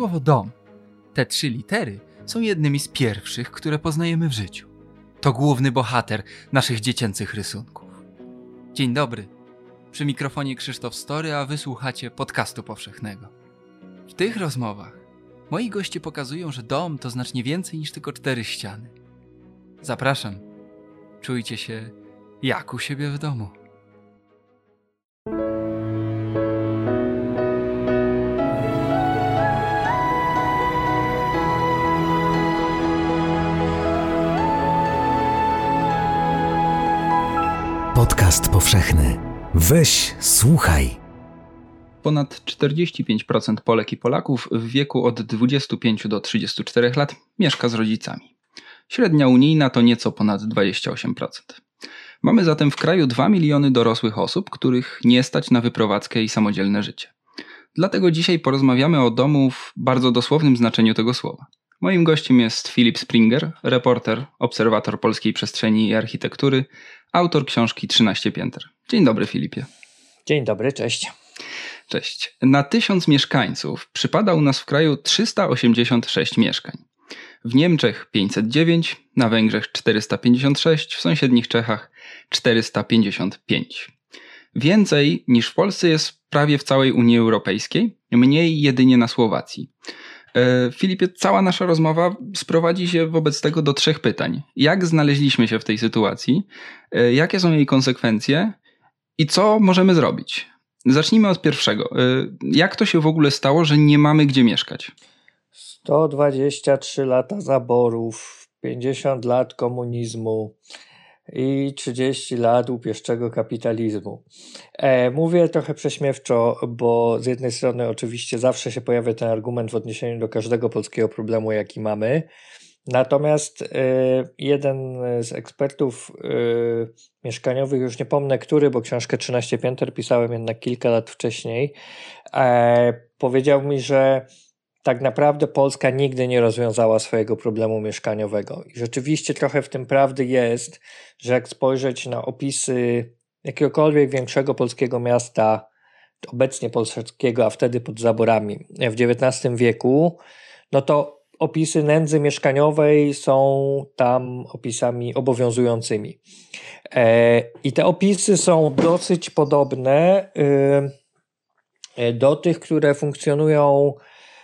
Słowo dom, te 3 litery są jednymi z pierwszych, które poznajemy w życiu. To główny bohater naszych dziecięcych rysunków. Dzień dobry, przy mikrofonie Krzysztof Story, a wysłuchacie podcastu powszechnego. W tych rozmowach moi goście pokazują, że dom to znacznie więcej niż tylko 4 ściany. Zapraszam, czujcie się jak u siebie w domu. Podcast powszechny. Weź, słuchaj. Ponad 45% Polek i Polaków w wieku od 25 do 34 lat mieszka z rodzicami. Średnia unijna to nieco ponad 28%. Mamy zatem w kraju 2 miliony dorosłych osób, których nie stać na wyprowadzkę i samodzielne życie. Dlatego dzisiaj porozmawiamy o domu w bardzo dosłownym znaczeniu tego słowa. Moim gościem jest Filip Springer, reporter, obserwator polskiej przestrzeni i architektury, autor książki 13 pięter. Dzień dobry, Filipie. Dzień dobry, cześć. Cześć. Na 1000 mieszkańców przypada u nas w kraju 386 mieszkań. W Niemczech 509, na Węgrzech 456, w sąsiednich Czechach 455. Więcej niż w Polsce jest prawie w całej Unii Europejskiej, mniej jedynie na Słowacji. Filipie, cała nasza rozmowa sprowadzi się wobec tego do 3 pytań. Jak znaleźliśmy się w tej sytuacji? Jakie są jej konsekwencje? I co możemy zrobić? Zacznijmy od pierwszego. Jak to się w ogóle stało, że nie mamy gdzie mieszkać? 123 lata zaborów, 50 lat komunizmu i 30 lat łupieszczego kapitalizmu. Mówię trochę prześmiewczo, bo z jednej strony oczywiście zawsze się pojawia ten argument w odniesieniu do każdego polskiego problemu, jaki mamy. Natomiast jeden z ekspertów mieszkaniowych, już nie pomnę który, bo książkę 13 pięter pisałem jednak kilka lat wcześniej, powiedział mi, że tak naprawdę Polska nigdy nie rozwiązała swojego problemu mieszkaniowego. I rzeczywiście trochę w tym prawdy jest, że jak spojrzeć na opisy jakiegokolwiek większego polskiego miasta, obecnie polskiego, a wtedy pod zaborami w XIX wieku, no to opisy nędzy mieszkaniowej są tam opisami obowiązującymi. I te opisy są dosyć podobne do tych, które funkcjonują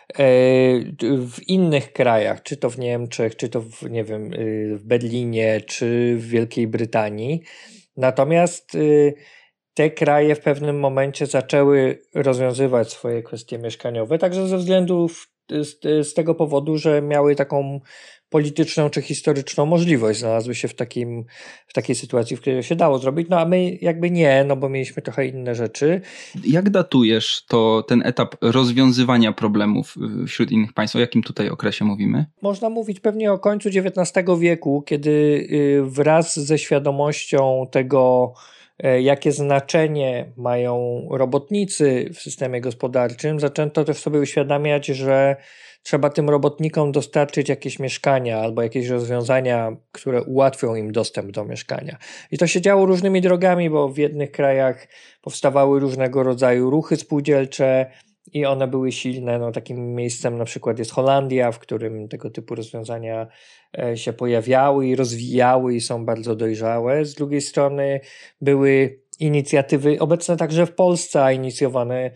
w innych krajach, czy to w Niemczech, czy to w, nie wiem, w Berlinie, czy w Wielkiej Brytanii. Natomiast te kraje w pewnym momencie zaczęły rozwiązywać swoje kwestie mieszkaniowe, także ze względów z tego powodu, że miały taką polityczną czy historyczną możliwość, znalazły się w takiej sytuacji, w której się dało zrobić, no a my jakby nie, no bo mieliśmy trochę inne rzeczy. Jak datujesz ten etap rozwiązywania problemów wśród innych państw? O jakim tutaj okresie mówimy? Można mówić pewnie o końcu XIX wieku, kiedy wraz ze świadomością tego, jakie znaczenie mają robotnicy w systemie gospodarczym, zaczęto też sobie uświadamiać, że trzeba tym robotnikom dostarczyć jakieś mieszkania albo jakieś rozwiązania, które ułatwią im dostęp do mieszkania. I to się działo różnymi drogami, bo w jednych krajach powstawały różnego rodzaju ruchy spółdzielcze i one były silne. No, takim miejscem na przykład jest Holandia, w którym tego typu rozwiązania się pojawiały i rozwijały i są bardzo dojrzałe. Z drugiej strony były inicjatywy obecne także w Polsce, a inicjowane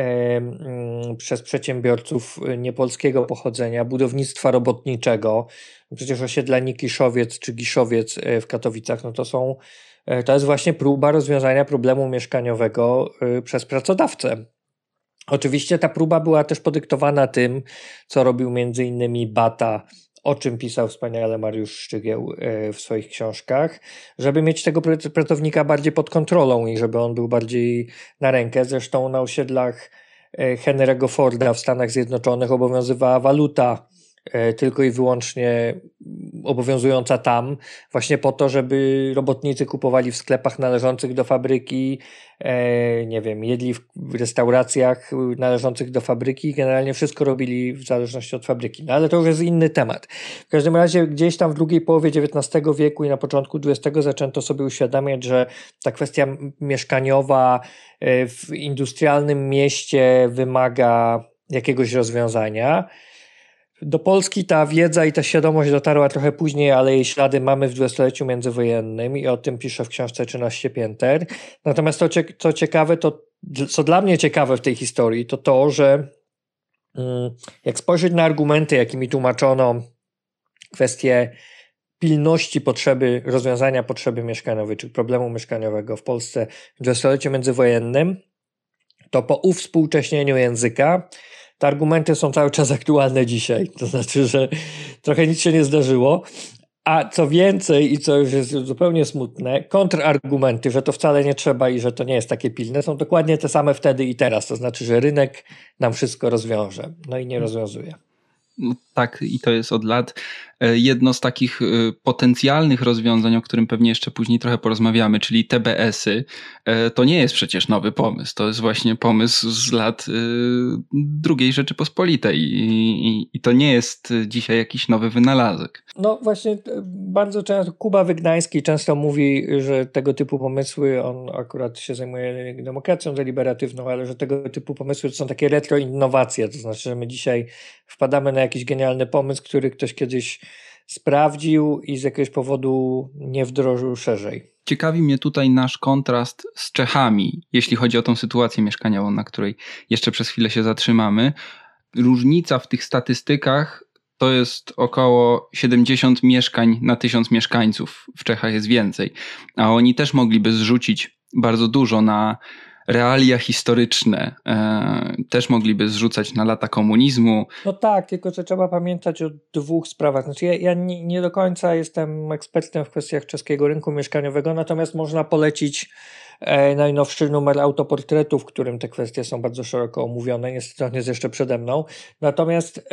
przez przedsiębiorców niepolskiego pochodzenia, budownictwa robotniczego. Przecież osiedla Nikiszowiec czy Giszowiec w Katowicach, no to jest właśnie próba rozwiązania problemu mieszkaniowego przez pracodawcę. Oczywiście ta próba była też podyktowana tym, co robił między innymi Bata, o czym pisał wspaniale Mariusz Szczygieł w swoich książkach, żeby mieć tego pracownika bardziej pod kontrolą i żeby on był bardziej na rękę. Zresztą na osiedlach Henry'ego Forda w Stanach Zjednoczonych obowiązywała waluta tylko i wyłącznie obowiązująca tam, właśnie po to, żeby robotnicy kupowali w sklepach należących do fabryki, nie wiem, jedli w restauracjach należących do fabryki i generalnie wszystko robili w zależności od fabryki. No ale to już jest inny temat. W każdym razie gdzieś tam w drugiej połowie XIX wieku i na początku XX zaczęto sobie uświadamiać, że ta kwestia mieszkaniowa w industrialnym mieście wymaga jakiegoś rozwiązania. Do Polski ta wiedza i ta świadomość dotarła trochę później, ale jej ślady mamy w dwudziestoleciu międzywojennym i o tym piszę w książce 13 pięter. Natomiast co ciekawe, co dla mnie ciekawe w tej historii, to, że jak spojrzeć na argumenty, jakimi tłumaczono kwestię pilności rozwiązania potrzeby mieszkaniowej, czy problemu mieszkaniowego w Polsce w dwudziestoleciu międzywojennym, to po uwspółcześnieniu języka te argumenty są cały czas aktualne dzisiaj. To znaczy, że trochę nic się nie zdarzyło. A co więcej i co już jest zupełnie smutne, kontrargumenty, że to wcale nie trzeba i że to nie jest takie pilne, są dokładnie te same wtedy i teraz. To znaczy, że rynek nam wszystko rozwiąże. No i nie rozwiązuje. No tak, i to jest od lat jedno z takich potencjalnych rozwiązań, o którym pewnie jeszcze później trochę porozmawiamy, czyli TBS-y. To nie jest przecież nowy pomysł. To jest właśnie pomysł z lat II Rzeczypospolitej i to nie jest dzisiaj jakiś nowy wynalazek. No właśnie bardzo często Kuba Wygnański często mówi, że tego typu pomysły, on akurat się zajmuje demokracją deliberatywną, ale że tego typu pomysły to są takie retroinnowacje, to znaczy, że my dzisiaj wpadamy na jakiś genialny pomysł, który ktoś kiedyś sprawdził i z jakiegoś powodu nie wdrożył szerzej. Ciekawi mnie tutaj nasz kontrast z Czechami, jeśli chodzi o tą sytuację mieszkaniową, na której jeszcze przez chwilę się zatrzymamy. Różnica w tych statystykach to jest około 70 mieszkań na 1000 mieszkańców. W Czechach jest więcej. A oni też mogliby zrzucić bardzo dużo na realia historyczne. Też mogliby zrzucać na lata komunizmu. No tak, tylko że trzeba pamiętać o dwóch sprawach. Znaczy ja nie do końca jestem ekspertem w kwestiach czeskiego rynku mieszkaniowego, natomiast można polecić najnowszy numer Autoportretu, w którym te kwestie są bardzo szeroko omówione. Niestety on jest jeszcze przede mną. Natomiast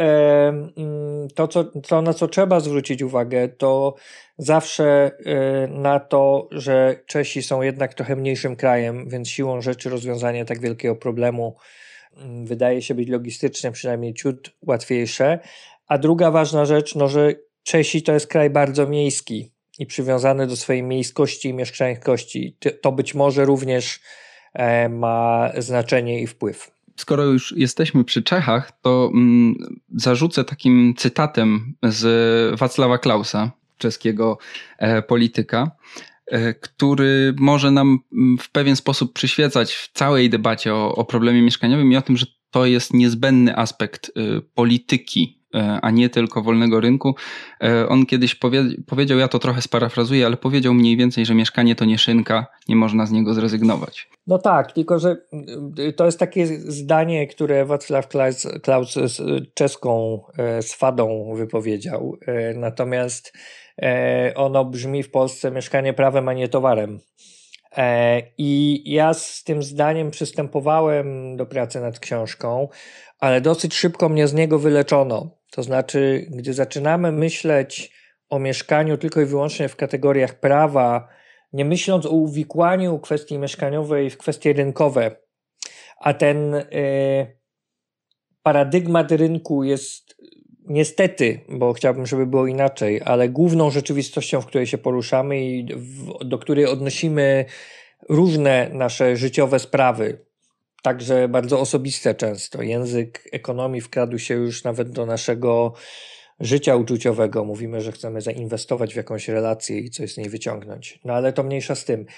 to, na co trzeba zwrócić uwagę, to zawsze na to, że Czesi są jednak trochę mniejszym krajem, więc siłą rzeczy rozwiązanie tak wielkiego problemu wydaje się być logistycznie przynajmniej ciut łatwiejsze. A druga ważna rzecz, że Czesi to jest kraj bardzo miejski i przywiązany do swojej miejskości i mieszkańskości. To być może również ma znaczenie i wpływ. Skoro już jesteśmy przy Czechach, to zarzucę takim cytatem z Václava Klausa, czeskiego polityka, który może nam w pewien sposób przyświecać w całej debacie o problemie mieszkaniowym i o tym, że to jest niezbędny aspekt polityki, a nie tylko wolnego rynku. On kiedyś powiedział, ja to trochę sparafrazuję, ale powiedział mniej więcej, że mieszkanie to nie szynka, nie można z niego zrezygnować. No tak, tylko że to jest takie zdanie, które Václav Klaus z czeską swadą wypowiedział. Natomiast ono brzmi w Polsce: mieszkanie prawem, a nie towarem. I ja z tym zdaniem przystępowałem do pracy nad książką, ale dosyć szybko mnie z niego wyleczono. To znaczy, gdy zaczynamy myśleć o mieszkaniu tylko i wyłącznie w kategoriach prawa, nie myśląc o uwikłaniu kwestii mieszkaniowej w kwestie rynkowe, a ten paradygmat rynku jest niestety, bo chciałbym, żeby było inaczej, ale główną rzeczywistością, w której się poruszamy i do której odnosimy różne nasze życiowe sprawy, także bardzo osobiste często. Język ekonomii wkradł się już nawet do naszego życia uczuciowego. Mówimy, że chcemy zainwestować w jakąś relację i coś z niej wyciągnąć. No ale to mniejsza z tym.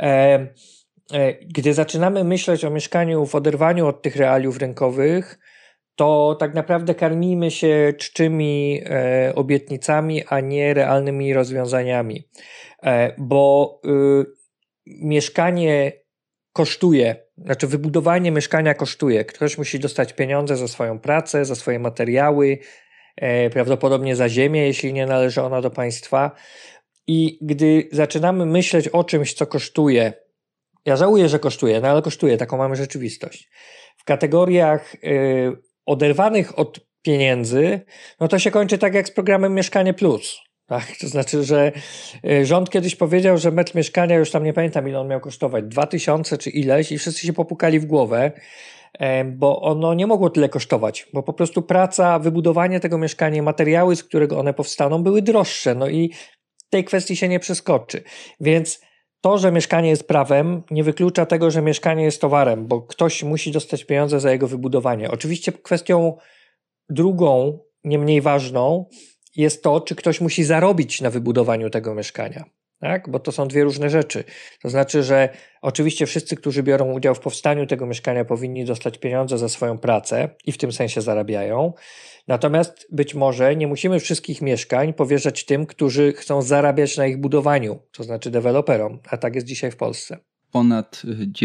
Gdy zaczynamy myśleć o mieszkaniu w oderwaniu od tych realiów rynkowych, to tak naprawdę karmimy się czczymi obietnicami, a nie realnymi rozwiązaniami. Bo mieszkanie kosztuje, znaczy wybudowanie mieszkania kosztuje. Ktoś musi dostać pieniądze za swoją pracę, za swoje materiały, prawdopodobnie za ziemię, jeśli nie należy ona do państwa. I gdy zaczynamy myśleć o czymś, co kosztuje, ja żałuję, że kosztuje, no ale kosztuje, taką mamy rzeczywistość. W kategoriach oderwanych od pieniędzy, no to się kończy tak jak z programem Mieszkanie Plus. Tak? To znaczy, że rząd kiedyś powiedział, że metr mieszkania, już tam nie pamiętam ile on miał kosztować, 2000 czy ileś, i wszyscy się popukali w głowę, bo ono nie mogło tyle kosztować, bo po prostu praca, wybudowanie tego mieszkania, materiały, z którego one powstaną, były droższe, no i tej kwestii się nie przeskoczy. Więc to, że mieszkanie jest prawem, nie wyklucza tego, że mieszkanie jest towarem, bo ktoś musi dostać pieniądze za jego wybudowanie. Oczywiście kwestią drugą, nie mniej ważną, jest to, czy ktoś musi zarobić na wybudowaniu tego mieszkania. Tak? Bo to są dwie różne rzeczy. To znaczy, że oczywiście wszyscy, którzy biorą udział w powstaniu tego mieszkania, powinni dostać pieniądze za swoją pracę i w tym sensie zarabiają. Natomiast być może nie musimy wszystkich mieszkań powierzać tym, którzy chcą zarabiać na ich budowaniu, to znaczy deweloperom, a tak jest dzisiaj w Polsce. Ponad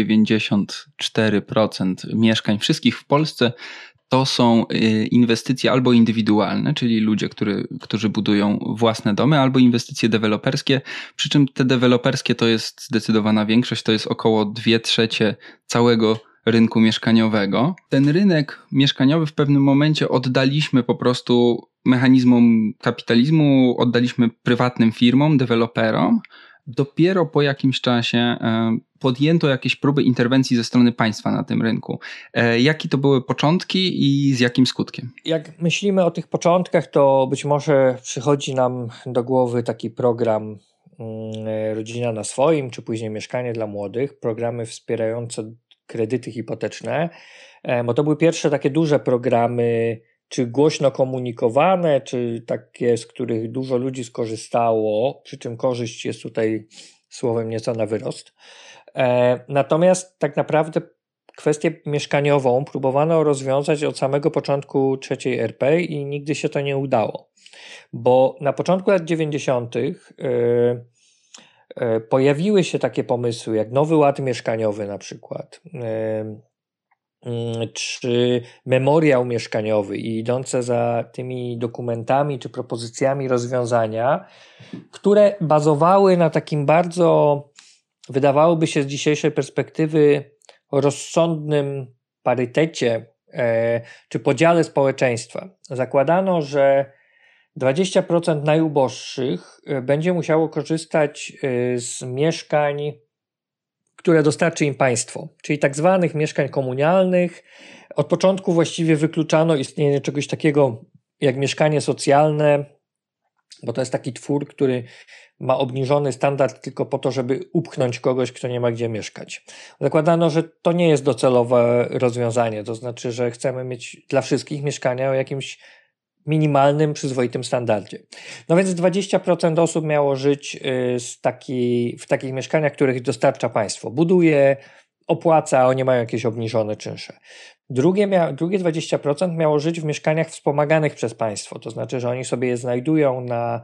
94% mieszkań wszystkich w Polsce to są inwestycje albo indywidualne, czyli ludzie, którzy budują własne domy, albo inwestycje deweloperskie, przy czym te deweloperskie to jest zdecydowana większość, to jest około 2/3 całego rynku mieszkaniowego. Ten rynek mieszkaniowy w pewnym momencie oddaliśmy po prostu mechanizmom kapitalizmu, oddaliśmy prywatnym firmom, deweloperom. Dopiero po jakimś czasie podjęto jakieś próby interwencji ze strony państwa na tym rynku. Jakie to były początki i z jakim skutkiem? Jak myślimy o tych początkach, to być może przychodzi nam do głowy taki program Rodzina na swoim, czy później Mieszkanie dla młodych, programy wspierające kredyty hipoteczne, bo to były pierwsze takie duże programy, czy głośno komunikowane, czy takie, z których dużo ludzi skorzystało, przy czym korzyść jest tutaj słowem nieco na wyrost. Natomiast tak naprawdę kwestię mieszkaniową próbowano rozwiązać od samego początku III RP i nigdy się to nie udało, bo na początku lat 90. Pojawiły się takie pomysły jak Nowy Ład Mieszkaniowy na przykład, czy memoriał mieszkaniowy i idące za tymi dokumentami czy propozycjami rozwiązania, które bazowały na takim bardzo, wydawałoby się z dzisiejszej perspektywy, rozsądnym parytecie czy podziale społeczeństwa. Zakładano, że 20% najuboższych będzie musiało korzystać z mieszkań, które dostarczy im państwo, czyli tak zwanych mieszkań komunalnych. Od początku właściwie wykluczano istnienie czegoś takiego jak mieszkanie socjalne, bo to jest taki twór, który ma obniżony standard tylko po to, żeby upchnąć kogoś, kto nie ma gdzie mieszkać. Zakładano, że to nie jest docelowe rozwiązanie, to znaczy, że chcemy mieć dla wszystkich mieszkania o jakimś minimalnym, przyzwoitym standardzie. No więc 20% osób miało żyć w takich mieszkaniach, których dostarcza państwo. Buduje, opłaca, a oni mają jakieś obniżone czynsze. Drugie 20% miało żyć w mieszkaniach wspomaganych przez państwo, to znaczy, że oni sobie je znajdują na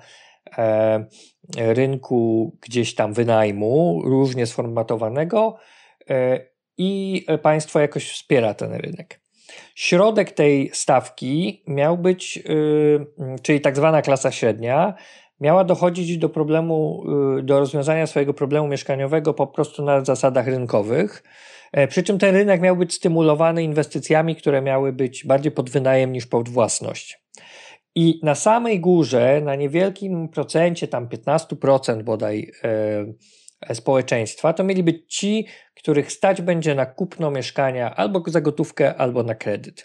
rynku gdzieś tam wynajmu, różnie sformatowanego i państwo jakoś wspiera ten rynek. Środek tej stawki miał być, czyli tak zwana klasa średnia, miała dochodzić do problemu, do rozwiązania swojego problemu mieszkaniowego po prostu na zasadach rynkowych, przy czym ten rynek miał być stymulowany inwestycjami, które miały być bardziej pod wynajem niż pod własność. I na samej górze, na niewielkim procencie, tam 15% bodaj społeczeństwa, to mieli być ci, których stać będzie na kupno mieszkania albo za gotówkę, albo na kredyt.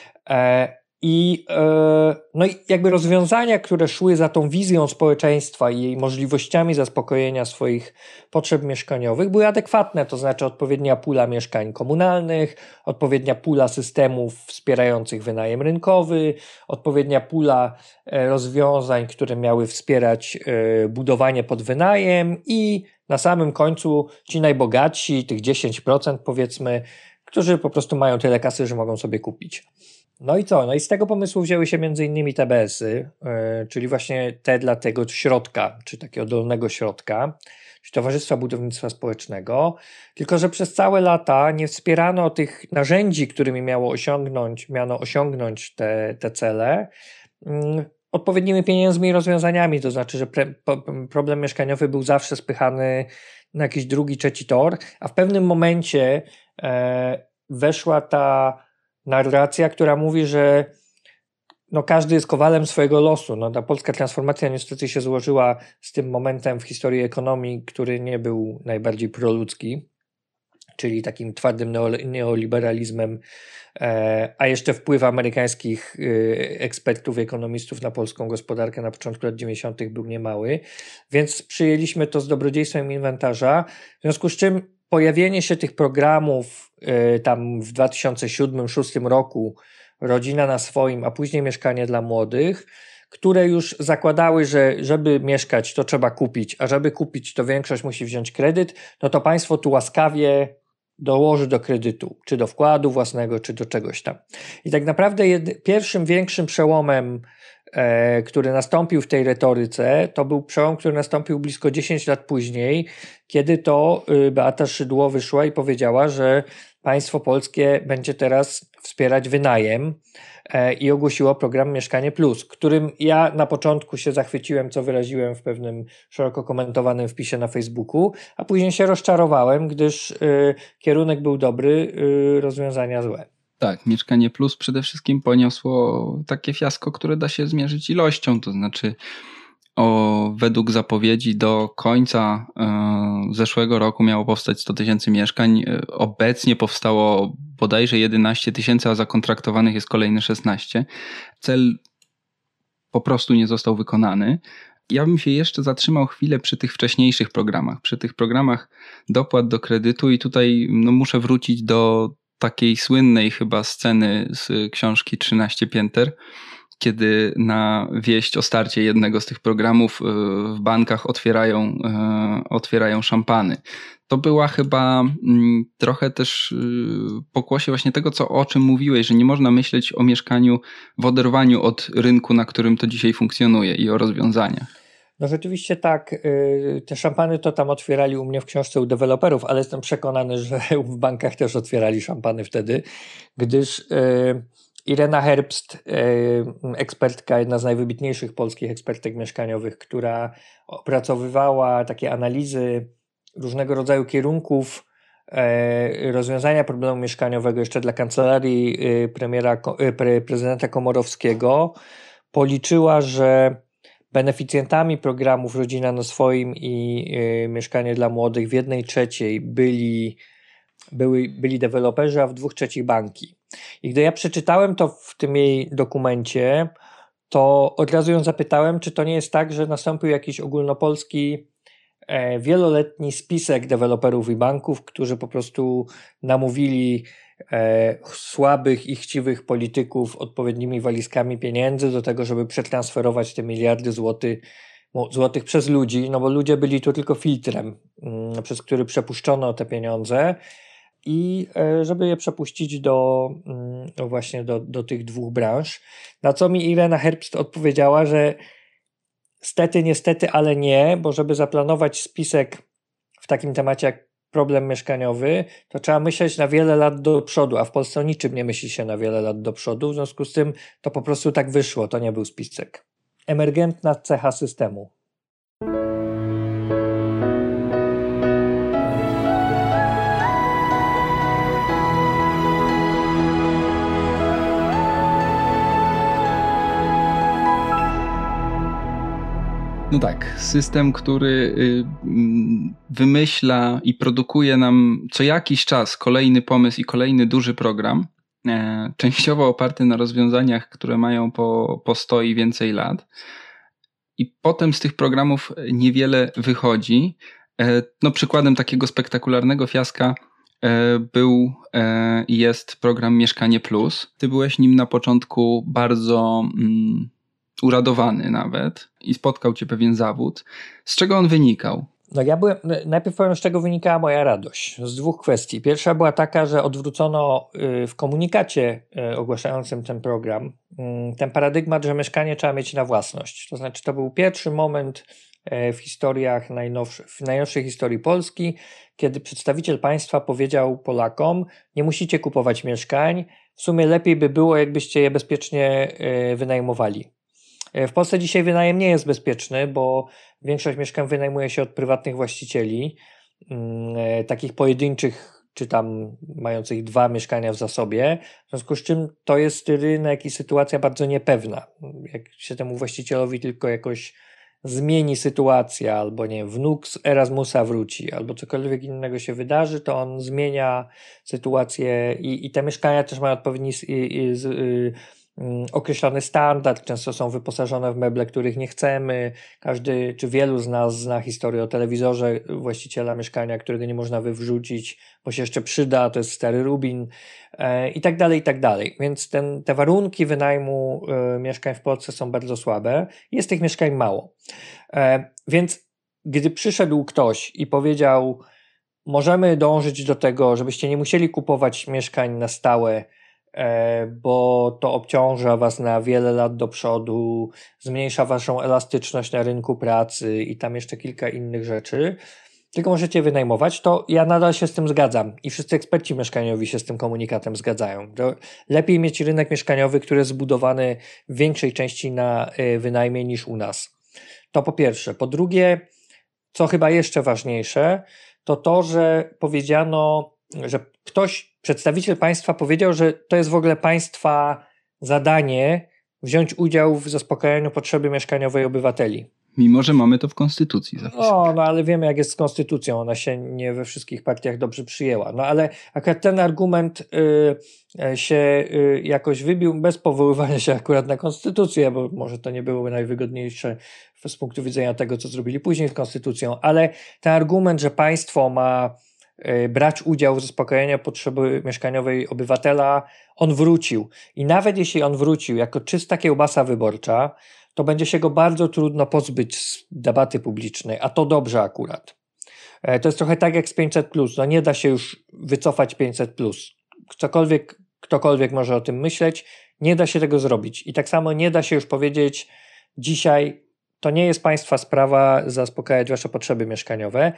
No i jakby rozwiązania, które szły za tą wizją społeczeństwa i jej możliwościami zaspokojenia swoich potrzeb mieszkaniowych, były adekwatne, to znaczy odpowiednia pula mieszkań komunalnych, odpowiednia pula systemów wspierających wynajem rynkowy, odpowiednia pula rozwiązań, które miały wspierać budowanie pod wynajem i na samym końcu ci najbogatsi, tych 10% powiedzmy, którzy po prostu mają tyle kasy, że mogą sobie kupić. No i co? No i z tego pomysłu wzięły się między innymi TBS-y, czyli właśnie te dla tego środka, czy takiego dolnego środka, czyli Towarzystwa Budownictwa Społecznego, tylko że przez całe lata nie wspierano tych narzędzi, którymi miano osiągnąć te cele, odpowiednimi pieniędzmi i rozwiązaniami, to znaczy, że problem mieszkaniowy był zawsze spychany na jakiś drugi, trzeci tor, a w pewnym momencie weszła ta narracja, która mówi, że no każdy jest kowalem swojego losu. No, ta polska transformacja niestety się złożyła z tym momentem w historii ekonomii, który nie był najbardziej proludzki. czyli takim twardym neoliberalizmem, a jeszcze wpływ amerykańskich ekspertów, ekonomistów na polską gospodarkę na początku lat 90. był niemały, więc przyjęliśmy to z dobrodziejstwem inwentarza, w związku z czym pojawienie się tych programów tam w 2007-2006 roku, Rodzina na swoim, a później Mieszkanie dla młodych, które już zakładały, że żeby mieszkać, to trzeba kupić, a żeby kupić, to większość musi wziąć kredyt, no to państwo tu łaskawie dołoży do kredytu, czy do wkładu własnego, czy do czegoś tam. I tak naprawdę pierwszym większym przełomem, który nastąpił w tej retoryce, to był przełom, który nastąpił blisko 10 lat później, kiedy to Beata Szydło wyszła i powiedziała, że państwo polskie będzie teraz wspierać wynajem i ogłosiło program Mieszkanie Plus, którym ja na początku się zachwyciłem, co wyraziłem w pewnym szeroko komentowanym wpisie na Facebooku, a później się rozczarowałem, gdyż kierunek był dobry, rozwiązania złe. Tak, Mieszkanie Plus przede wszystkim poniosło takie fiasko, które da się zmierzyć ilością, to znaczy według zapowiedzi do końca zeszłego roku miało powstać 100 000 mieszkań. Obecnie powstało bodajże 11 000, a zakontraktowanych jest kolejne 16. Cel po prostu nie został wykonany. Ja bym się jeszcze zatrzymał chwilę przy tych wcześniejszych programach, przy tych programach dopłat do kredytu i tutaj muszę wrócić do takiej słynnej chyba sceny z książki 13 pięter, kiedy na wieść o starcie jednego z tych programów w bankach otwierają szampany. To była chyba trochę też pokłosie właśnie tego, o czym mówiłeś, że nie można myśleć o mieszkaniu w oderwaniu od rynku, na którym to dzisiaj funkcjonuje i o rozwiązaniach. No rzeczywiście tak, te szampany to tam otwierali u mnie w książce u deweloperów, ale jestem przekonany, że w bankach też otwierali szampany wtedy, gdyż Irena Herbst, ekspertka, jedna z najwybitniejszych polskich ekspertek mieszkaniowych, która opracowywała takie analizy różnego rodzaju kierunków rozwiązania problemu mieszkaniowego jeszcze dla kancelarii prezydenta Komorowskiego, policzyła, że beneficjentami programów Rodzina na swoim i Mieszkanie dla młodych w 1/3 byli deweloperzy, a w 2/3 banki. I gdy ja przeczytałem to w tym jej dokumencie, to od razu ją zapytałem, czy to nie jest tak, że nastąpił jakiś ogólnopolski, wieloletni spisek deweloperów i banków, którzy po prostu namówili słabych i chciwych polityków odpowiednimi walizkami pieniędzy do tego, żeby przetransferować te miliardy złotych przez ludzi, no bo ludzie byli tu tylko filtrem, przez który przepuszczono te pieniądze i żeby je przepuścić właśnie do tych dwóch branż. Na co mi Irena Herbst odpowiedziała, że stety, niestety, ale nie, bo żeby zaplanować spisek w takim temacie jak problem mieszkaniowy, to trzeba myśleć na wiele lat do przodu, a w Polsce o niczym nie myśli się na wiele lat do przodu, w związku z tym to po prostu tak wyszło, to nie był spisek. Emergentna cecha systemu. No tak, system, który wymyśla i produkuje nam co jakiś czas kolejny pomysł i kolejny duży program, częściowo oparty na rozwiązaniach, które mają po 100 i więcej lat. I potem z tych programów niewiele wychodzi. No, przykładem takiego spektakularnego fiaska był i jest program Mieszkanie Plus. Ty byłeś nim na początku bardzo uradowany nawet i spotkał cię pewien zawód. Z czego on wynikał? No najpierw powiem, z czego wynikała moja radość. Z dwóch kwestii. Pierwsza była taka, że odwrócono w komunikacie ogłaszającym ten program ten paradygmat, że mieszkanie trzeba mieć na własność. To znaczy to był pierwszy moment w najnowszej historii Polski, kiedy przedstawiciel państwa powiedział Polakom: nie musicie kupować mieszkań, w sumie lepiej by było, jakbyście je bezpiecznie wynajmowali. W Polsce dzisiaj wynajem nie jest bezpieczny, bo większość mieszkań wynajmuje się od prywatnych właścicieli, takich pojedynczych, czy tam mających 2 mieszkania w zasobie, w związku z czym to jest rynek i sytuacja bardzo niepewna. Jak się temu właścicielowi tylko jakoś zmieni sytuacja, albo nie wiem, wnuk z Erasmusa wróci, albo cokolwiek innego się wydarzy, to on zmienia sytuację i te mieszkania też mają odpowiedni określony standard, często są wyposażone w meble, których nie chcemy. Każdy, czy wielu z nas zna historię o telewizorze właściciela mieszkania, którego nie można wywrzucić, bo się jeszcze przyda, to jest stary Rubin i tak dalej, i tak dalej. Więc te warunki wynajmu mieszkań w Polsce są bardzo słabe. Jest tych mieszkań mało. Więc gdy przyszedł ktoś i powiedział, możemy dążyć do tego, żebyście nie musieli kupować mieszkań na stałe, bo to obciąża was na wiele lat do przodu, zmniejsza waszą elastyczność na rynku pracy i tam jeszcze kilka innych rzeczy, tylko możecie wynajmować, to ja nadal się z tym zgadzam i wszyscy eksperci mieszkaniowi się z tym komunikatem zgadzają. To lepiej mieć rynek mieszkaniowy, który jest zbudowany w większej części na wynajmie niż u nas. To po pierwsze. Po drugie, co chyba jeszcze ważniejsze, to, że powiedziano, że przedstawiciel państwa powiedział, że to jest w ogóle państwa zadanie wziąć udział w zaspokajaniu potrzeby mieszkaniowej obywateli. Mimo że mamy to w konstytucji zapisane. No ale wiemy, jak jest z konstytucją, ona się nie we wszystkich partiach dobrze przyjęła. No ale akurat ten argument się jakoś wybił bez powoływania się akurat na konstytucję, bo może to nie byłoby najwygodniejsze z punktu widzenia tego, co zrobili później z konstytucją, ale ten argument, że państwo ma brać udział w zaspokojeniu potrzeby mieszkaniowej obywatela, on wrócił. I nawet jeśli on wrócił jako czysta kiełbasa wyborcza, to będzie się go bardzo trudno pozbyć z debaty publicznej, a to dobrze akurat. To jest trochę tak jak z 500+. No nie da się już wycofać 500+. Ktokolwiek może o tym myśleć, nie da się tego zrobić. I tak samo nie da się już powiedzieć dzisiaj, to nie jest państwa sprawa zaspokajać wasze potrzeby mieszkaniowe.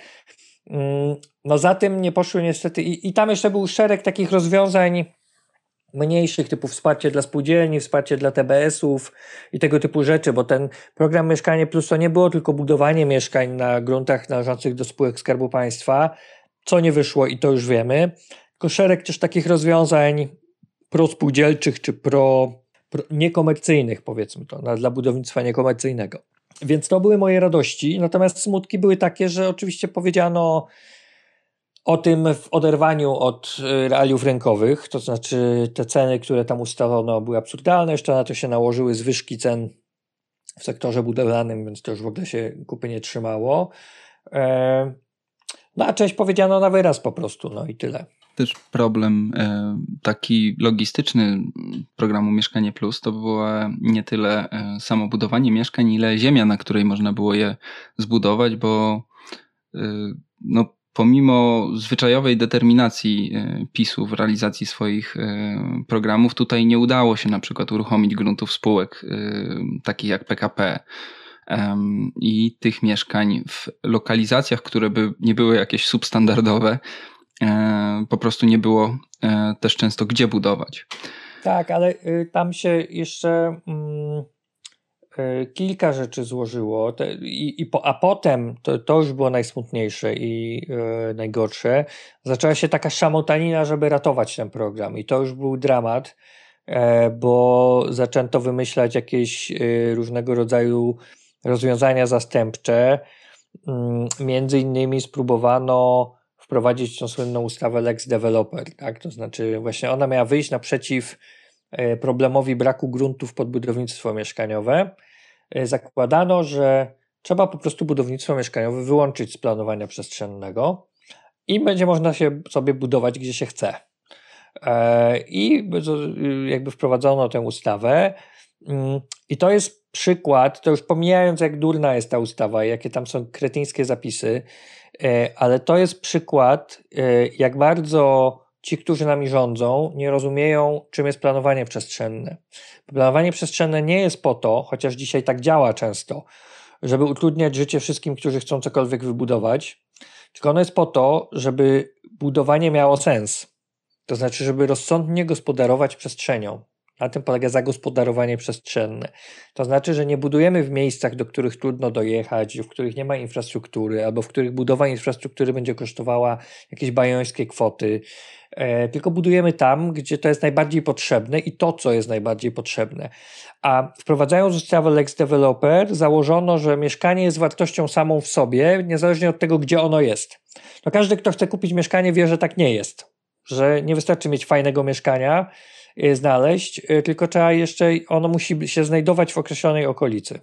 No za tym nie poszły niestety i tam jeszcze był szereg takich rozwiązań mniejszych, typu wsparcie dla spółdzielni, wsparcie dla TBS-ów i tego typu rzeczy, bo ten program Mieszkanie Plus to nie było tylko budowanie mieszkań na gruntach należących do spółek Skarbu Państwa, co nie wyszło i to już wiemy, tylko szereg też takich rozwiązań prospółdzielczych czy niekomercyjnych, powiedzmy to, dla budownictwa niekomercyjnego. Więc to były moje radości, natomiast smutki były takie, że oczywiście powiedziano o tym w oderwaniu od realiów rynkowych, to znaczy te ceny, które tam ustalono, były absurdalne, jeszcze na to się nałożyły zwyżki cen w sektorze budowlanym, więc to już w ogóle się kupy nie trzymało. No a część powiedziano na wyraz po prostu, no i tyle. Też problem taki logistyczny programu Mieszkanie Plus to było nie tyle samo budowanie mieszkań, ile ziemia, na której można było je zbudować, bo no, pomimo zwyczajowej determinacji PiS-u w realizacji swoich programów, tutaj nie udało się na przykład uruchomić gruntów spółek takich jak PKP i tych mieszkań w lokalizacjach, które by nie były jakieś substandardowe, po prostu nie było też często gdzie budować. Tak, ale tam się jeszcze kilka rzeczy złożyło a potem, to już było najsmutniejsze i najgorsze, zaczęła się taka szamotanina, żeby ratować ten program i to już był dramat, bo zaczęto wymyślać jakieś różnego rodzaju rozwiązania zastępcze, między innymi spróbowano wprowadzić tą słynną ustawę Lex Developer, tak? To znaczy właśnie ona miała wyjść naprzeciw problemowi braku gruntów pod budownictwo mieszkaniowe. Zakładano, że trzeba po prostu budownictwo mieszkaniowe wyłączyć z planowania przestrzennego i będzie można się sobie budować gdzie się chce. I jakby wprowadzono tę ustawę i to jest przykład, to już pomijając jak durna jest ta ustawa, jakie tam są kretyńskie zapisy, ale to jest przykład, jak bardzo ci, którzy nami rządzą, nie rozumieją, czym jest planowanie przestrzenne. Planowanie przestrzenne nie jest po to, chociaż dzisiaj tak działa często, żeby utrudniać życie wszystkim, którzy chcą cokolwiek wybudować, tylko ono jest po to, żeby budowanie miało sens. To znaczy, żeby rozsądnie gospodarować przestrzenią. Na tym polega zagospodarowanie przestrzenne. To znaczy, że nie budujemy w miejscach, do których trudno dojechać, w których nie ma infrastruktury, albo w których budowa infrastruktury będzie kosztowała jakieś bajońskie kwoty, tylko budujemy tam, gdzie to jest najbardziej potrzebne i to, co jest najbardziej potrzebne. A wprowadzając ustawę Lex Developer, założono, że mieszkanie jest wartością samą w sobie, niezależnie od tego, gdzie ono jest. No każdy, kto chce kupić mieszkanie, wie, że tak nie jest. Że nie wystarczy mieć fajnego mieszkania, znaleźć, tylko trzeba jeszcze, ono musi się znajdować w określonej okolicy.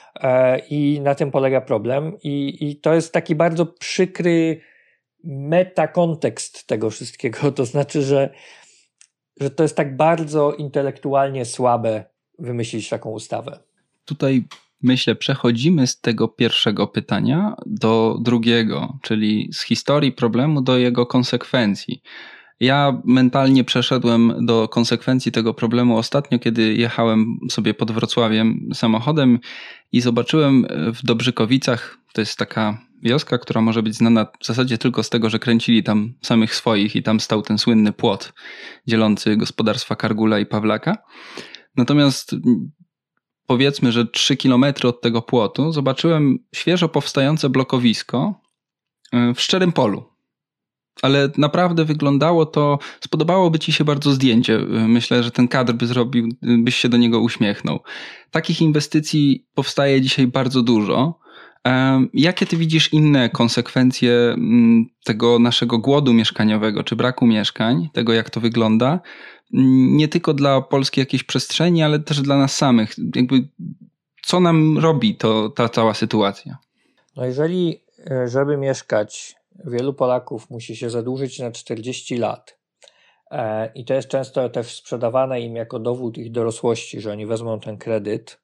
I na tym polega problem. I to jest taki bardzo przykry metakontekst tego wszystkiego. To znaczy, że to jest tak bardzo intelektualnie słabe wymyślić taką ustawę. Tutaj myślę, przechodzimy z tego pierwszego pytania do drugiego, czyli z historii problemu do jego konsekwencji. Ja mentalnie przeszedłem do konsekwencji tego problemu ostatnio, kiedy jechałem sobie pod Wrocławiem samochodem i zobaczyłem w Dobrzykowicach, to jest taka wioska, która może być znana w zasadzie tylko z tego, że kręcili tam samych swoich i tam stał ten słynny płot dzielący gospodarstwa Kargula i Pawlaka. Natomiast powiedzmy, że 3 kilometry od tego płotu zobaczyłem świeżo powstające blokowisko w szczerym polu. Ale naprawdę wyglądało to, spodobałoby ci się bardzo zdjęcie. Myślę, że ten kadr byś się do niego uśmiechnął. Takich inwestycji powstaje dzisiaj bardzo dużo. Jakie ty widzisz inne konsekwencje tego naszego głodu mieszkaniowego, czy braku mieszkań, tego jak to wygląda? Nie tylko dla polskiej jakiejś przestrzeni, ale też dla nas samych. Jakby, co nam robi ta cała sytuacja? No żeby mieszkać, wielu Polaków musi się zadłużyć na 40 lat. I to jest często też sprzedawane im jako dowód ich dorosłości, że oni wezmą ten kredyt.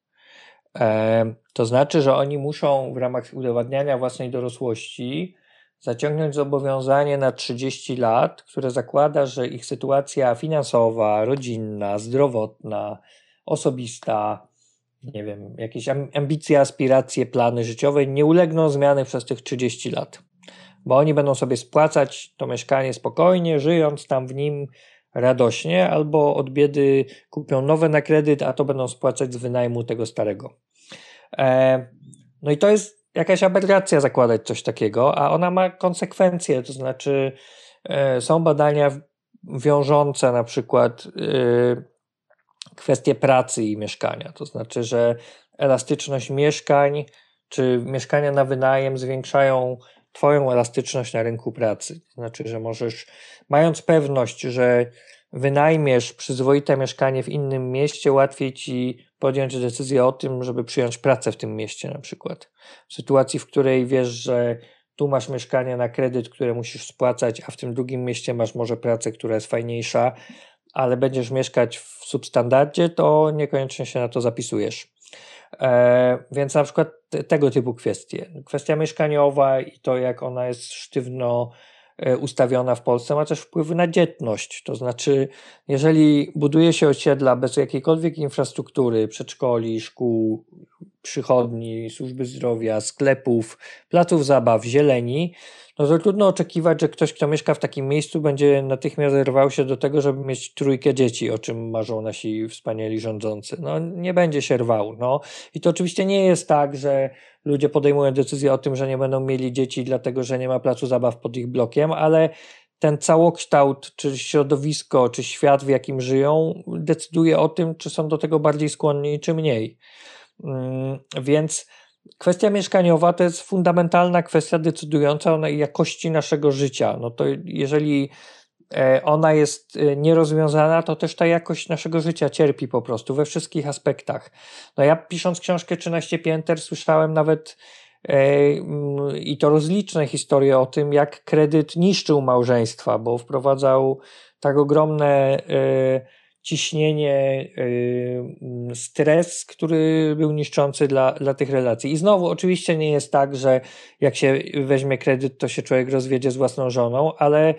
To znaczy, że oni muszą w ramach udowadniania własnej dorosłości zaciągnąć zobowiązanie na 30 lat, które zakłada, że ich sytuacja finansowa, rodzinna, zdrowotna, osobista, nie wiem, jakieś ambicje, aspiracje, plany życiowe nie ulegną zmiany przez tych 30 lat. Bo oni będą sobie spłacać to mieszkanie spokojnie, żyjąc tam w nim radośnie, albo od biedy kupią nowe na kredyt, a to będą spłacać z wynajmu tego starego. No i to jest jakaś aberracja zakładać coś takiego, a ona ma konsekwencje, to znaczy są badania wiążące na przykład kwestie pracy i mieszkania, to znaczy, że elastyczność mieszkań czy mieszkania na wynajem zwiększają twoją elastyczność na rynku pracy. To znaczy, że możesz, mając pewność, że wynajmiesz przyzwoite mieszkanie w innym mieście, łatwiej ci podjąć decyzję o tym, żeby przyjąć pracę w tym mieście na przykład. W sytuacji, w której wiesz, że tu masz mieszkanie na kredyt, które musisz spłacać, a w tym drugim mieście masz może pracę, która jest fajniejsza, ale będziesz mieszkać w substandardzie, to niekoniecznie się na to zapisujesz. Więc na przykład tego typu kwestie. Kwestia mieszkaniowa i to, jak ona jest sztywno ustawiona w Polsce, ma też wpływ na dzietność. To znaczy, jeżeli buduje się osiedla bez jakiejkolwiek infrastruktury, przedszkoli, szkół, przychodni, służby zdrowia, sklepów, placów zabaw, zieleni, no to trudno oczekiwać, że ktoś, kto mieszka w takim miejscu, będzie natychmiast rwał się do tego, żeby mieć 3 dzieci, o czym marzą nasi wspaniali rządzący. No nie będzie się rwał. No. I to oczywiście nie jest tak, że ludzie podejmują decyzję o tym, że nie będą mieli dzieci, dlatego że nie ma placu zabaw pod ich blokiem, ale ten całokształt, czy środowisko, czy świat, w jakim żyją, decyduje o tym, czy są do tego bardziej skłonni, czy mniej. Więc kwestia mieszkaniowa to jest fundamentalna kwestia decydująca o jakości naszego życia. No to jeżeli ona jest nierozwiązana, to też ta jakość naszego życia cierpi po prostu we wszystkich aspektach. No ja pisząc książkę 13 pięter słyszałem nawet i to rozliczne historie o tym, jak kredyt niszczył małżeństwa, bo wprowadzał tak ogromne ciśnienie, stres, który był niszczący dla tych relacji. I znowu oczywiście nie jest tak, że jak się weźmie kredyt, to się człowiek rozwiedzie z własną żoną, ale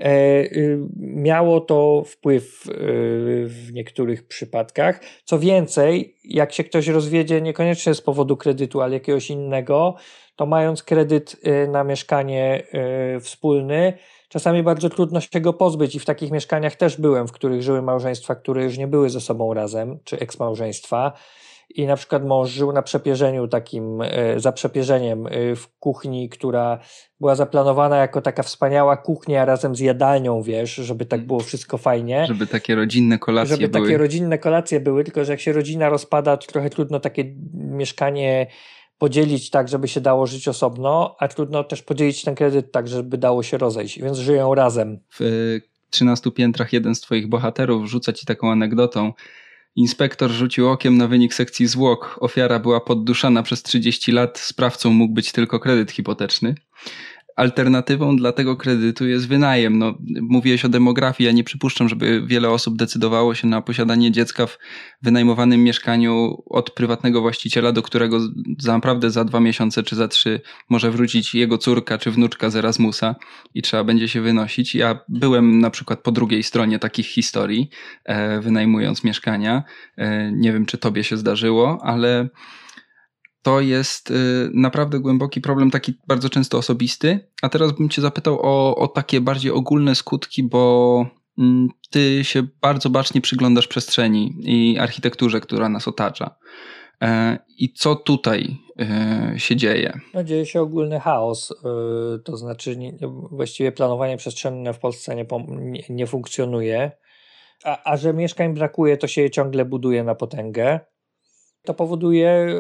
miało to wpływ w niektórych przypadkach. Co więcej, jak się ktoś rozwiedzie niekoniecznie z powodu kredytu, ale jakiegoś innego, to mając kredyt na mieszkanie wspólny, czasami bardzo trudno się go pozbyć i w takich mieszkaniach też byłem, w których żyły małżeństwa, które już nie były ze sobą razem, czy eksmałżeństwa. I na przykład mąż żył na przepierzeniu takim, za przepierzeniem w kuchni, która była zaplanowana jako taka wspaniała kuchnia razem z jadalnią, wiesz, żeby tak było wszystko fajnie. Żeby takie rodzinne kolacje były. Takie rodzinne kolacje były, tylko że jak się rodzina rozpada, to trochę trudno takie mieszkanie podzielić tak, żeby się dało żyć osobno, a trudno też podzielić ten kredyt tak, żeby dało się rozejść, więc żyją razem. W 13 piętrach jeden z twoich bohaterów rzuca ci taką anegdotą. Inspektor rzucił okiem na wynik sekcji zwłok. Ofiara była podduszana przez 30 lat. Sprawcą mógł być tylko kredyt hipoteczny. Alternatywą dla tego kredytu jest wynajem. No, mówiłeś o demografii. Ja nie przypuszczam, żeby wiele osób decydowało się na posiadanie dziecka w wynajmowanym mieszkaniu od prywatnego właściciela, do którego naprawdę za 2 miesiące czy za 3 może wrócić jego córka czy wnuczka z Erasmusa i trzeba będzie się wynosić. Ja byłem na przykład po drugiej stronie takich historii, wynajmując mieszkania. Nie wiem, czy tobie się zdarzyło, ale to jest naprawdę głęboki problem, taki bardzo często osobisty. A teraz bym cię zapytał o takie bardziej ogólne skutki, bo ty się bardzo bacznie przyglądasz przestrzeni i architekturze, która nas otacza. I co tutaj się dzieje? No, dzieje się ogólny chaos, to znaczy właściwie planowanie przestrzenne w Polsce nie funkcjonuje, a że mieszkań brakuje, to się je ciągle buduje na potęgę. To powoduje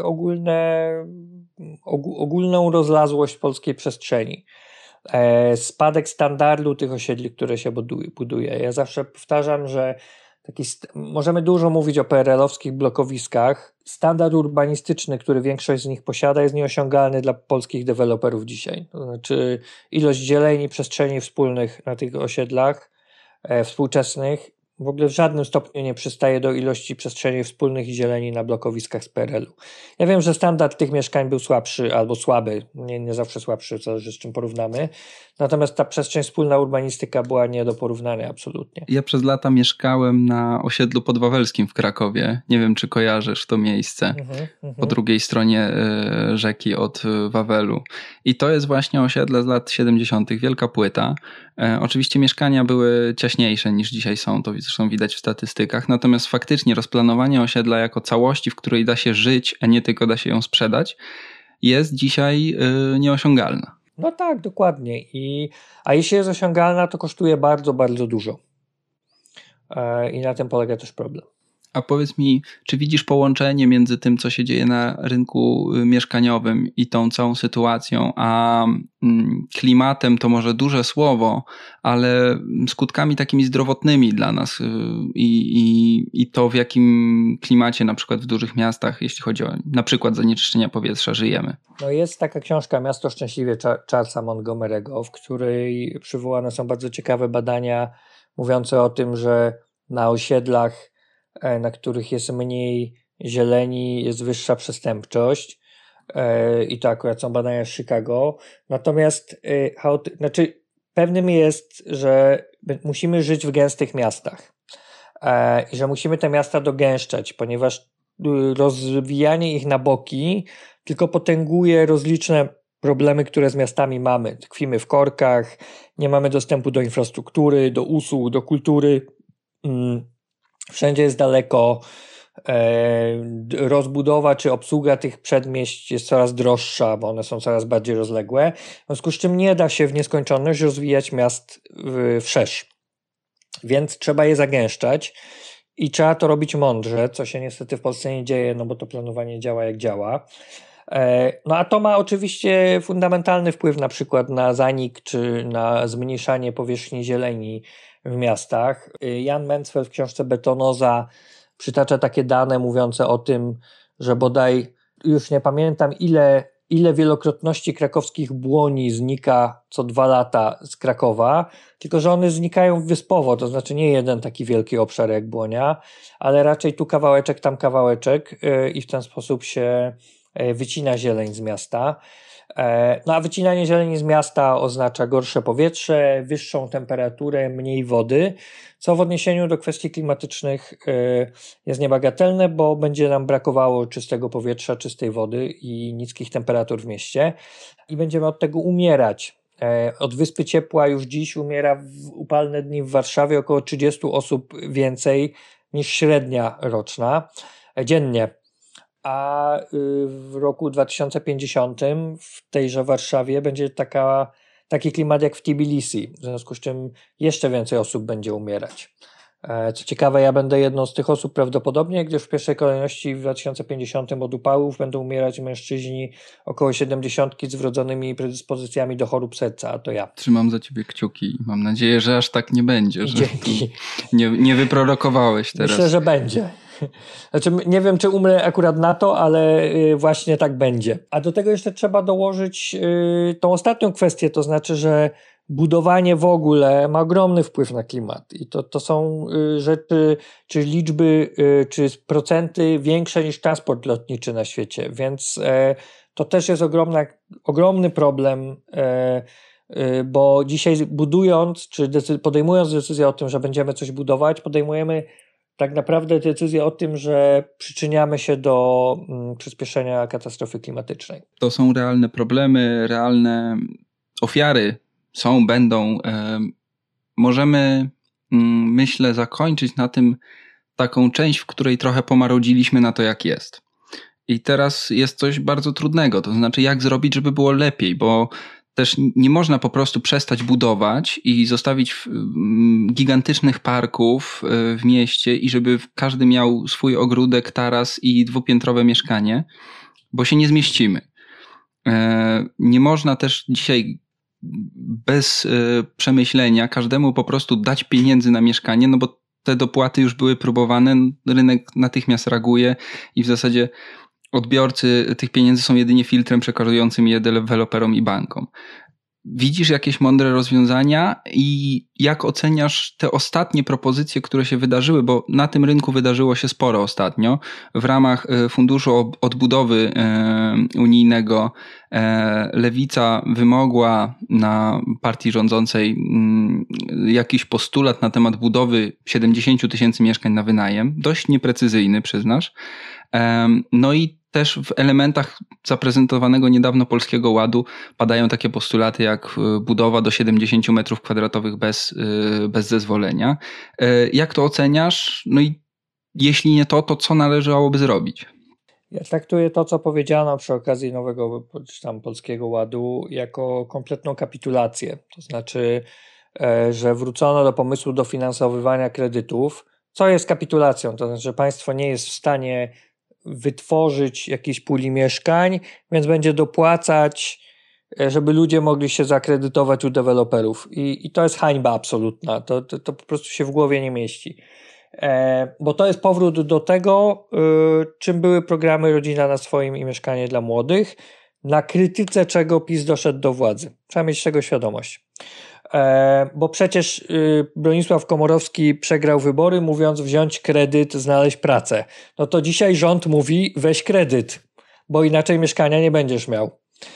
ogólną rozlazłość polskiej przestrzeni. Spadek standardu tych osiedli, które się buduje. Ja zawsze powtarzam, że możemy dużo mówić o PRL-owskich blokowiskach. Standard urbanistyczny, który większość z nich posiada, jest nieosiągalny dla polskich deweloperów dzisiaj. To znaczy ilość zieleni, przestrzeni wspólnych na tych osiedlach współczesnych w ogóle w żadnym stopniu nie przystaje do ilości przestrzeni wspólnych i zieleni na blokowiskach z PRL-u. Ja wiem, że standard tych mieszkań był słabszy albo słaby, nie zawsze słabszy, zależy z czym porównamy. Natomiast ta przestrzeń wspólna urbanistyka była nie do porównania absolutnie. Ja przez lata mieszkałem na osiedlu podwawelskim w Krakowie. Nie wiem, czy kojarzysz to miejsce. Po drugiej stronie rzeki od Wawelu. I to jest właśnie osiedle z lat 70. Wielka płyta. Oczywiście mieszkania były ciaśniejsze niż dzisiaj są, to zresztą widać w statystykach, natomiast faktycznie rozplanowanie osiedla jako całości, w której da się żyć, a nie tylko da się ją sprzedać, jest dzisiaj nieosiągalna. No tak, dokładnie. A jeśli jest osiągalna, to kosztuje bardzo, bardzo dużo. I na tym polega też problem. A powiedz mi, czy widzisz połączenie między tym, co się dzieje na rynku mieszkaniowym i tą całą sytuacją, a klimatem to może duże słowo, ale skutkami takimi zdrowotnymi dla nas i to, w jakim klimacie na przykład w dużych miastach, jeśli chodzi o na przykład zanieczyszczenia powietrza, żyjemy? No jest taka książka Miasto Szczęśliwie Charlesa Montgomery'ego, w której przywołane są bardzo ciekawe badania mówiące o tym, że na osiedlach, na których jest mniej zieleni, jest wyższa przestępczość. I to akurat są badania z Chicago. Natomiast pewnym jest, że musimy żyć w gęstych miastach i że musimy te miasta dogęszczać, ponieważ rozwijanie ich na boki tylko potęguje rozliczne problemy, które z miastami mamy. Tkwimy w korkach, nie mamy dostępu do infrastruktury, do usług, do kultury. Wszędzie jest daleko, rozbudowa czy obsługa tych przedmieść jest coraz droższa, bo one są coraz bardziej rozległe, w związku z czym nie da się w nieskończoność rozwijać miast wszerz. Więc trzeba je zagęszczać i trzeba to robić mądrze, co się niestety w Polsce nie dzieje, no bo to planowanie działa jak działa. No a to ma oczywiście fundamentalny wpływ na przykład na zanik czy na zmniejszanie powierzchni zieleni w miastach. Jan Mencfeld w książce Betonoza przytacza takie dane mówiące o tym, że bodaj, już nie pamiętam ile wielokrotności krakowskich błoni znika co 2 lata z Krakowa, tylko że one znikają wyspowo, to znaczy nie jeden taki wielki obszar jak Błonia, ale raczej tu kawałeczek, tam kawałeczek i w ten sposób się wycina zieleń z miasta. No a wycinanie zieleni z miasta oznacza gorsze powietrze, wyższą temperaturę, mniej wody, co w odniesieniu do kwestii klimatycznych jest niebagatelne, bo będzie nam brakowało czystego powietrza, czystej wody i niskich temperatur w mieście i będziemy od tego umierać. Od Wyspy Ciepła już dziś umiera w upalne dni w Warszawie około 30 osób więcej niż średnia roczna dziennie. A w roku 2050 w tejże Warszawie będzie taki klimat jak w Tbilisi, w związku z czym jeszcze więcej osób będzie umierać. Co ciekawe, ja będę jedną z tych osób prawdopodobnie, gdyż w pierwszej kolejności w 2050 od upałów będą umierać mężczyźni około 70 z wrodzonymi predyspozycjami do chorób serca, a to ja. Trzymam za ciebie kciuki i mam nadzieję, że aż tak nie będzie. Że Dzięki. Nie wyprorokowałeś teraz. Myślę, że będzie. Znaczy, nie wiem, czy umrę akurat na to, ale właśnie tak będzie. A do tego jeszcze trzeba dołożyć tą ostatnią kwestię, to znaczy, że budowanie w ogóle ma ogromny wpływ na klimat. I to są rzeczy, czy liczby, czy procenty większe niż transport lotniczy na świecie. Więc to też jest ogromny problem, bo dzisiaj budując, czy podejmując decyzję o tym, że będziemy coś budować, podejmujemy tak naprawdę decyzję o tym, że przyczyniamy się do przyspieszenia katastrofy klimatycznej. To są realne problemy, realne ofiary będą. Możemy, myślę, zakończyć na tym taką część, w której trochę pomarodziliśmy na to, jak jest. I teraz jest coś bardzo trudnego, to znaczy jak zrobić, żeby było lepiej, bo też nie można po prostu przestać budować i zostawić gigantycznych parków w mieście i żeby każdy miał swój ogródek, taras i dwupiętrowe mieszkanie, bo się nie zmieścimy. Nie można też dzisiaj bez przemyślenia każdemu po prostu dać pieniędzy na mieszkanie, no bo te dopłaty już były próbowane, rynek natychmiast reaguje i w zasadzie odbiorcy tych pieniędzy są jedynie filtrem przekazującym je deweloperom i bankom. Widzisz jakieś mądre rozwiązania i jak oceniasz te ostatnie propozycje, które się wydarzyły, bo na tym rynku wydarzyło się sporo ostatnio. W ramach Funduszu Odbudowy Unijnego Lewica wymogła na partii rządzącej jakiś postulat na temat budowy 70 000 mieszkań na wynajem. Dość nieprecyzyjny, przyznasz. No i też w elementach zaprezentowanego niedawno Polskiego Ładu padają takie postulaty jak budowa do 70 m2 bez zezwolenia. Jak to oceniasz? No i jeśli nie to co należałoby zrobić? Ja traktuję to, co powiedziano przy okazji nowego czy tam Polskiego Ładu jako kompletną kapitulację. To znaczy, że wrócono do pomysłu dofinansowywania kredytów, co jest kapitulacją. To znaczy, że państwo nie jest w stanie wytworzyć jakiejś puli mieszkań, więc będzie dopłacać, żeby ludzie mogli się zakredytować u deweloperów. I to jest hańba absolutna. To po prostu się w głowie nie mieści. Bo to jest powrót do tego, czym były programy Rodzina na swoim i Mieszkanie dla młodych, na krytyce czego PiS doszedł do władzy. Trzeba mieć tego świadomość. Bo przecież Bronisław Komorowski przegrał wybory, mówiąc wziąć kredyt, znaleźć pracę. No to dzisiaj rząd mówi weź kredyt, bo inaczej mieszkania nie będziesz miał.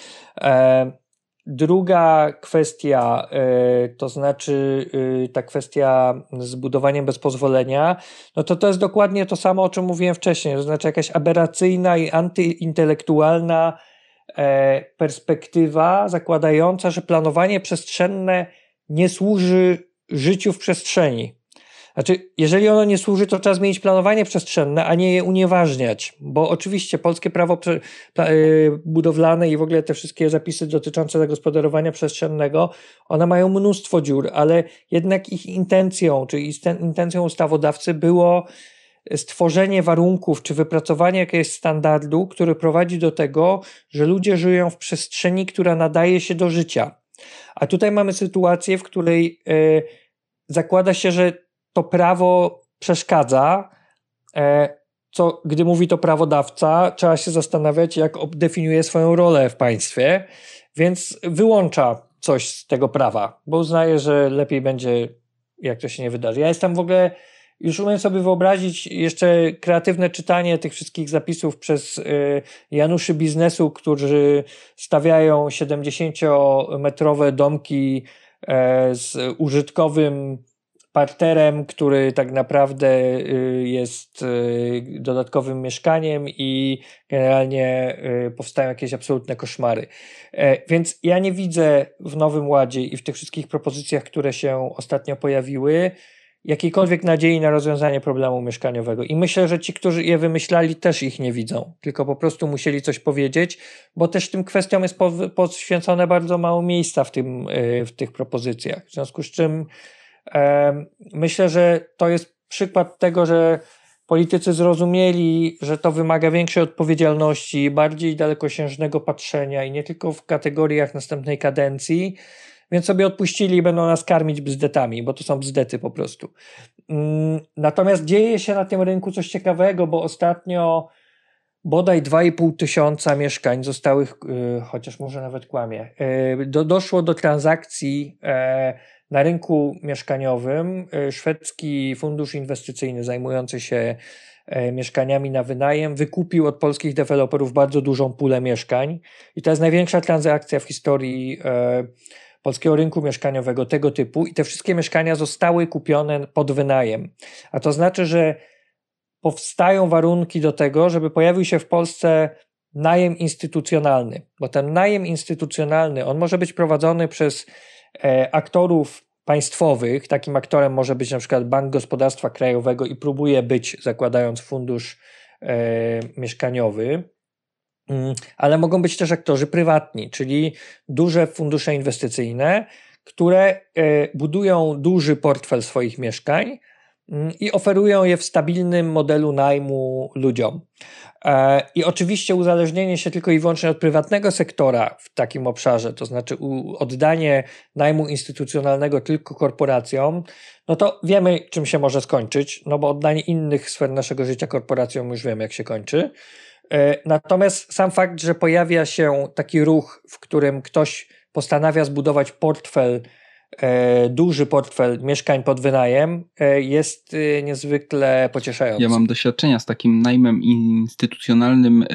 Druga kwestia, to znaczy ta kwestia z budowaniem bez pozwolenia, no to jest dokładnie to samo, o czym mówiłem wcześniej, to znaczy jakaś aberracyjna i antyintelektualna perspektywa zakładająca, że planowanie przestrzenne nie służy życiu w przestrzeni. Znaczy, jeżeli ono nie służy, to trzeba zmienić planowanie przestrzenne, a nie je unieważniać, bo oczywiście polskie prawo budowlane i w ogóle te wszystkie zapisy dotyczące zagospodarowania przestrzennego, one mają mnóstwo dziur, ale jednak ich intencją, czy intencją ustawodawcy było stworzenie warunków, czy wypracowanie jakiegoś standardu, który prowadzi do tego, że ludzie żyją w przestrzeni, która nadaje się do życia. A tutaj mamy sytuację, w której zakłada się, że to prawo przeszkadza, co gdy mówi to prawodawca, trzeba się zastanawiać, jak definiuje swoją rolę w państwie, więc wyłącza coś z tego prawa, bo uznaje, że lepiej będzie, jak to się nie wydarzy. Ja jestem w ogóle, już umiem sobie wyobrazić jeszcze kreatywne czytanie tych wszystkich zapisów przez Januszy biznesu, którzy stawiają 70-metrowe domki z użytkowym parterem, który tak naprawdę jest dodatkowym mieszkaniem i generalnie powstają jakieś absolutne koszmary. Więc ja nie widzę w Nowym Ładzie i w tych wszystkich propozycjach, które się ostatnio pojawiły, jakiejkolwiek nadziei na rozwiązanie problemu mieszkaniowego. I myślę, że ci, którzy je wymyślali, też ich nie widzą, tylko po prostu musieli coś powiedzieć, bo też tym kwestiom jest poświęcone bardzo mało miejsca w tych propozycjach. W związku z czym myślę, że to jest przykład tego, że politycy zrozumieli, że to wymaga większej odpowiedzialności, bardziej dalekosiężnego patrzenia i nie tylko w kategoriach następnej kadencji, więc sobie odpuścili i będą nas karmić bzdetami, bo to są bzdety po prostu. Natomiast dzieje się na tym rynku coś ciekawego, bo ostatnio bodaj 2,5 tysiąca mieszkań zostałych, chociaż może nawet kłamie, doszło do transakcji na rynku mieszkaniowym. Szwedzki fundusz inwestycyjny zajmujący się mieszkaniami na wynajem wykupił od polskich deweloperów bardzo dużą pulę mieszkań i to jest największa transakcja w historii polskiego rynku mieszkaniowego tego typu i te wszystkie mieszkania zostały kupione pod wynajem. A to znaczy, że powstają warunki do tego, żeby pojawił się w Polsce najem instytucjonalny, bo ten najem instytucjonalny, on może być prowadzony przez aktorów państwowych. Takim aktorem może być na przykład Bank Gospodarstwa Krajowego i próbuje być, zakładając fundusz mieszkaniowy, ale mogą być też aktorzy prywatni, czyli duże fundusze inwestycyjne, które budują duży portfel swoich mieszkań i oferują je w stabilnym modelu najmu ludziom. I oczywiście uzależnienie się tylko i wyłącznie od prywatnego sektora w takim obszarze, to znaczy oddanie najmu instytucjonalnego tylko korporacjom, no to wiemy, czym się może skończyć, no bo oddanie innych sfer naszego życia korporacjom już wiemy, jak się kończy. Natomiast sam fakt, że pojawia się taki ruch, w którym ktoś postanawia zbudować portfel, duży portfel mieszkań pod wynajem, jest niezwykle pocieszający. Ja mam doświadczenia z takim najmem instytucjonalnym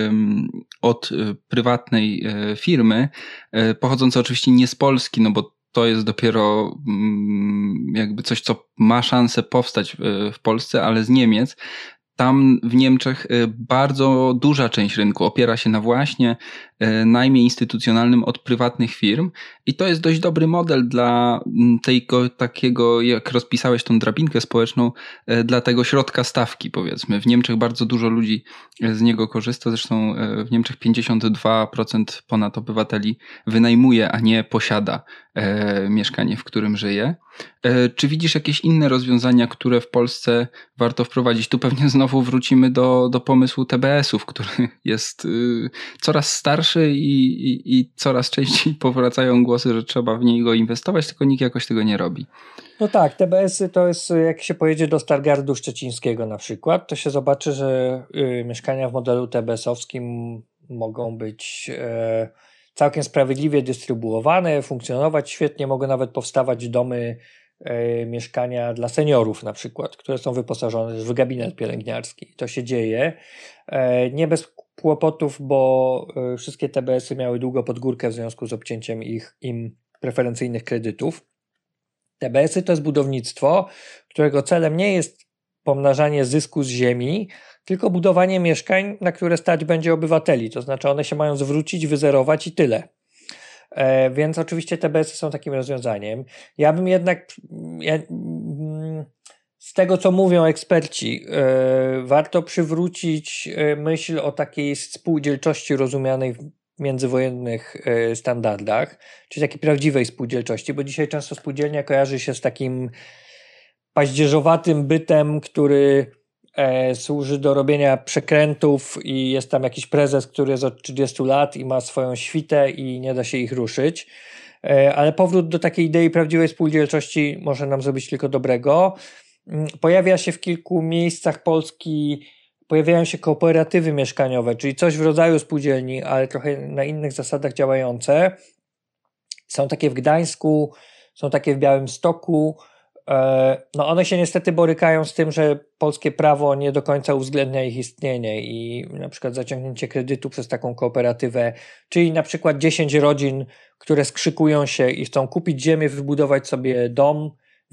od prywatnej firmy, pochodzące oczywiście nie z Polski, no bo to jest dopiero jakby coś, co ma szansę powstać w Polsce, ale z Niemiec. Tam w Niemczech bardzo duża część rynku opiera się na właśnie najmie instytucjonalnym od prywatnych firm i to jest dość dobry model dla takiego, jak rozpisałeś tą drabinkę społeczną, dla tego środka stawki, powiedzmy. W Niemczech bardzo dużo ludzi z niego korzysta, zresztą w Niemczech 52% ponad obywateli wynajmuje, a nie posiada mieszkanie, w którym żyje. Czy widzisz jakieś inne rozwiązania, które w Polsce warto wprowadzić? Tu pewnie znowu wrócimy do pomysłu TBS-ów, który jest coraz starszy i coraz częściej powracają głosy, że trzeba w niego inwestować, tylko nikt jakoś tego nie robi. No tak, TBS-y to jest, jak się pojedzie do Stargardu Szczecińskiego na przykład, to się zobaczy, że mieszkania w modelu TBS-owskim mogą być całkiem sprawiedliwie dystrybuowane, funkcjonować świetnie, mogą nawet powstawać domy, mieszkania dla seniorów na przykład, które są wyposażone w gabinet pielęgniarski. To się dzieje. Nie bez kłopotów, bo wszystkie TBS-y miały długo pod górkę w związku z obcięciem im preferencyjnych kredytów. TBS-y to jest budownictwo, którego celem nie jest pomnażanie zysku z ziemi, tylko budowanie mieszkań, na które stać będzie obywateli. To znaczy one się mają zwrócić, wyzerować i tyle. Więc oczywiście TBS-y są takim rozwiązaniem. Ja bym jednak z tego, co mówią eksperci, warto przywrócić myśl o takiej spółdzielczości rozumianej w międzywojennych standardach, czyli takiej prawdziwej spółdzielczości, bo dzisiaj często spółdzielnia kojarzy się z takim paździerzowatym bytem, który służy do robienia przekrętów i jest tam jakiś prezes, który jest od 30 lat i ma swoją świtę i nie da się ich ruszyć. Ale powrót do takiej idei prawdziwej spółdzielczości może nam zrobić tylko dobrego. Pojawia się w kilku miejscach Polski, pojawiają się kooperatywy mieszkaniowe, czyli coś w rodzaju spółdzielni, ale trochę na innych zasadach działające. Są takie w Gdańsku, są takie w Białymstoku. No one się niestety borykają z tym, że polskie prawo nie do końca uwzględnia ich istnienie i na przykład zaciągnięcie kredytu przez taką kooperatywę, czyli na przykład 10 rodzin, które skrzykują się i chcą kupić ziemię, wybudować sobie dom w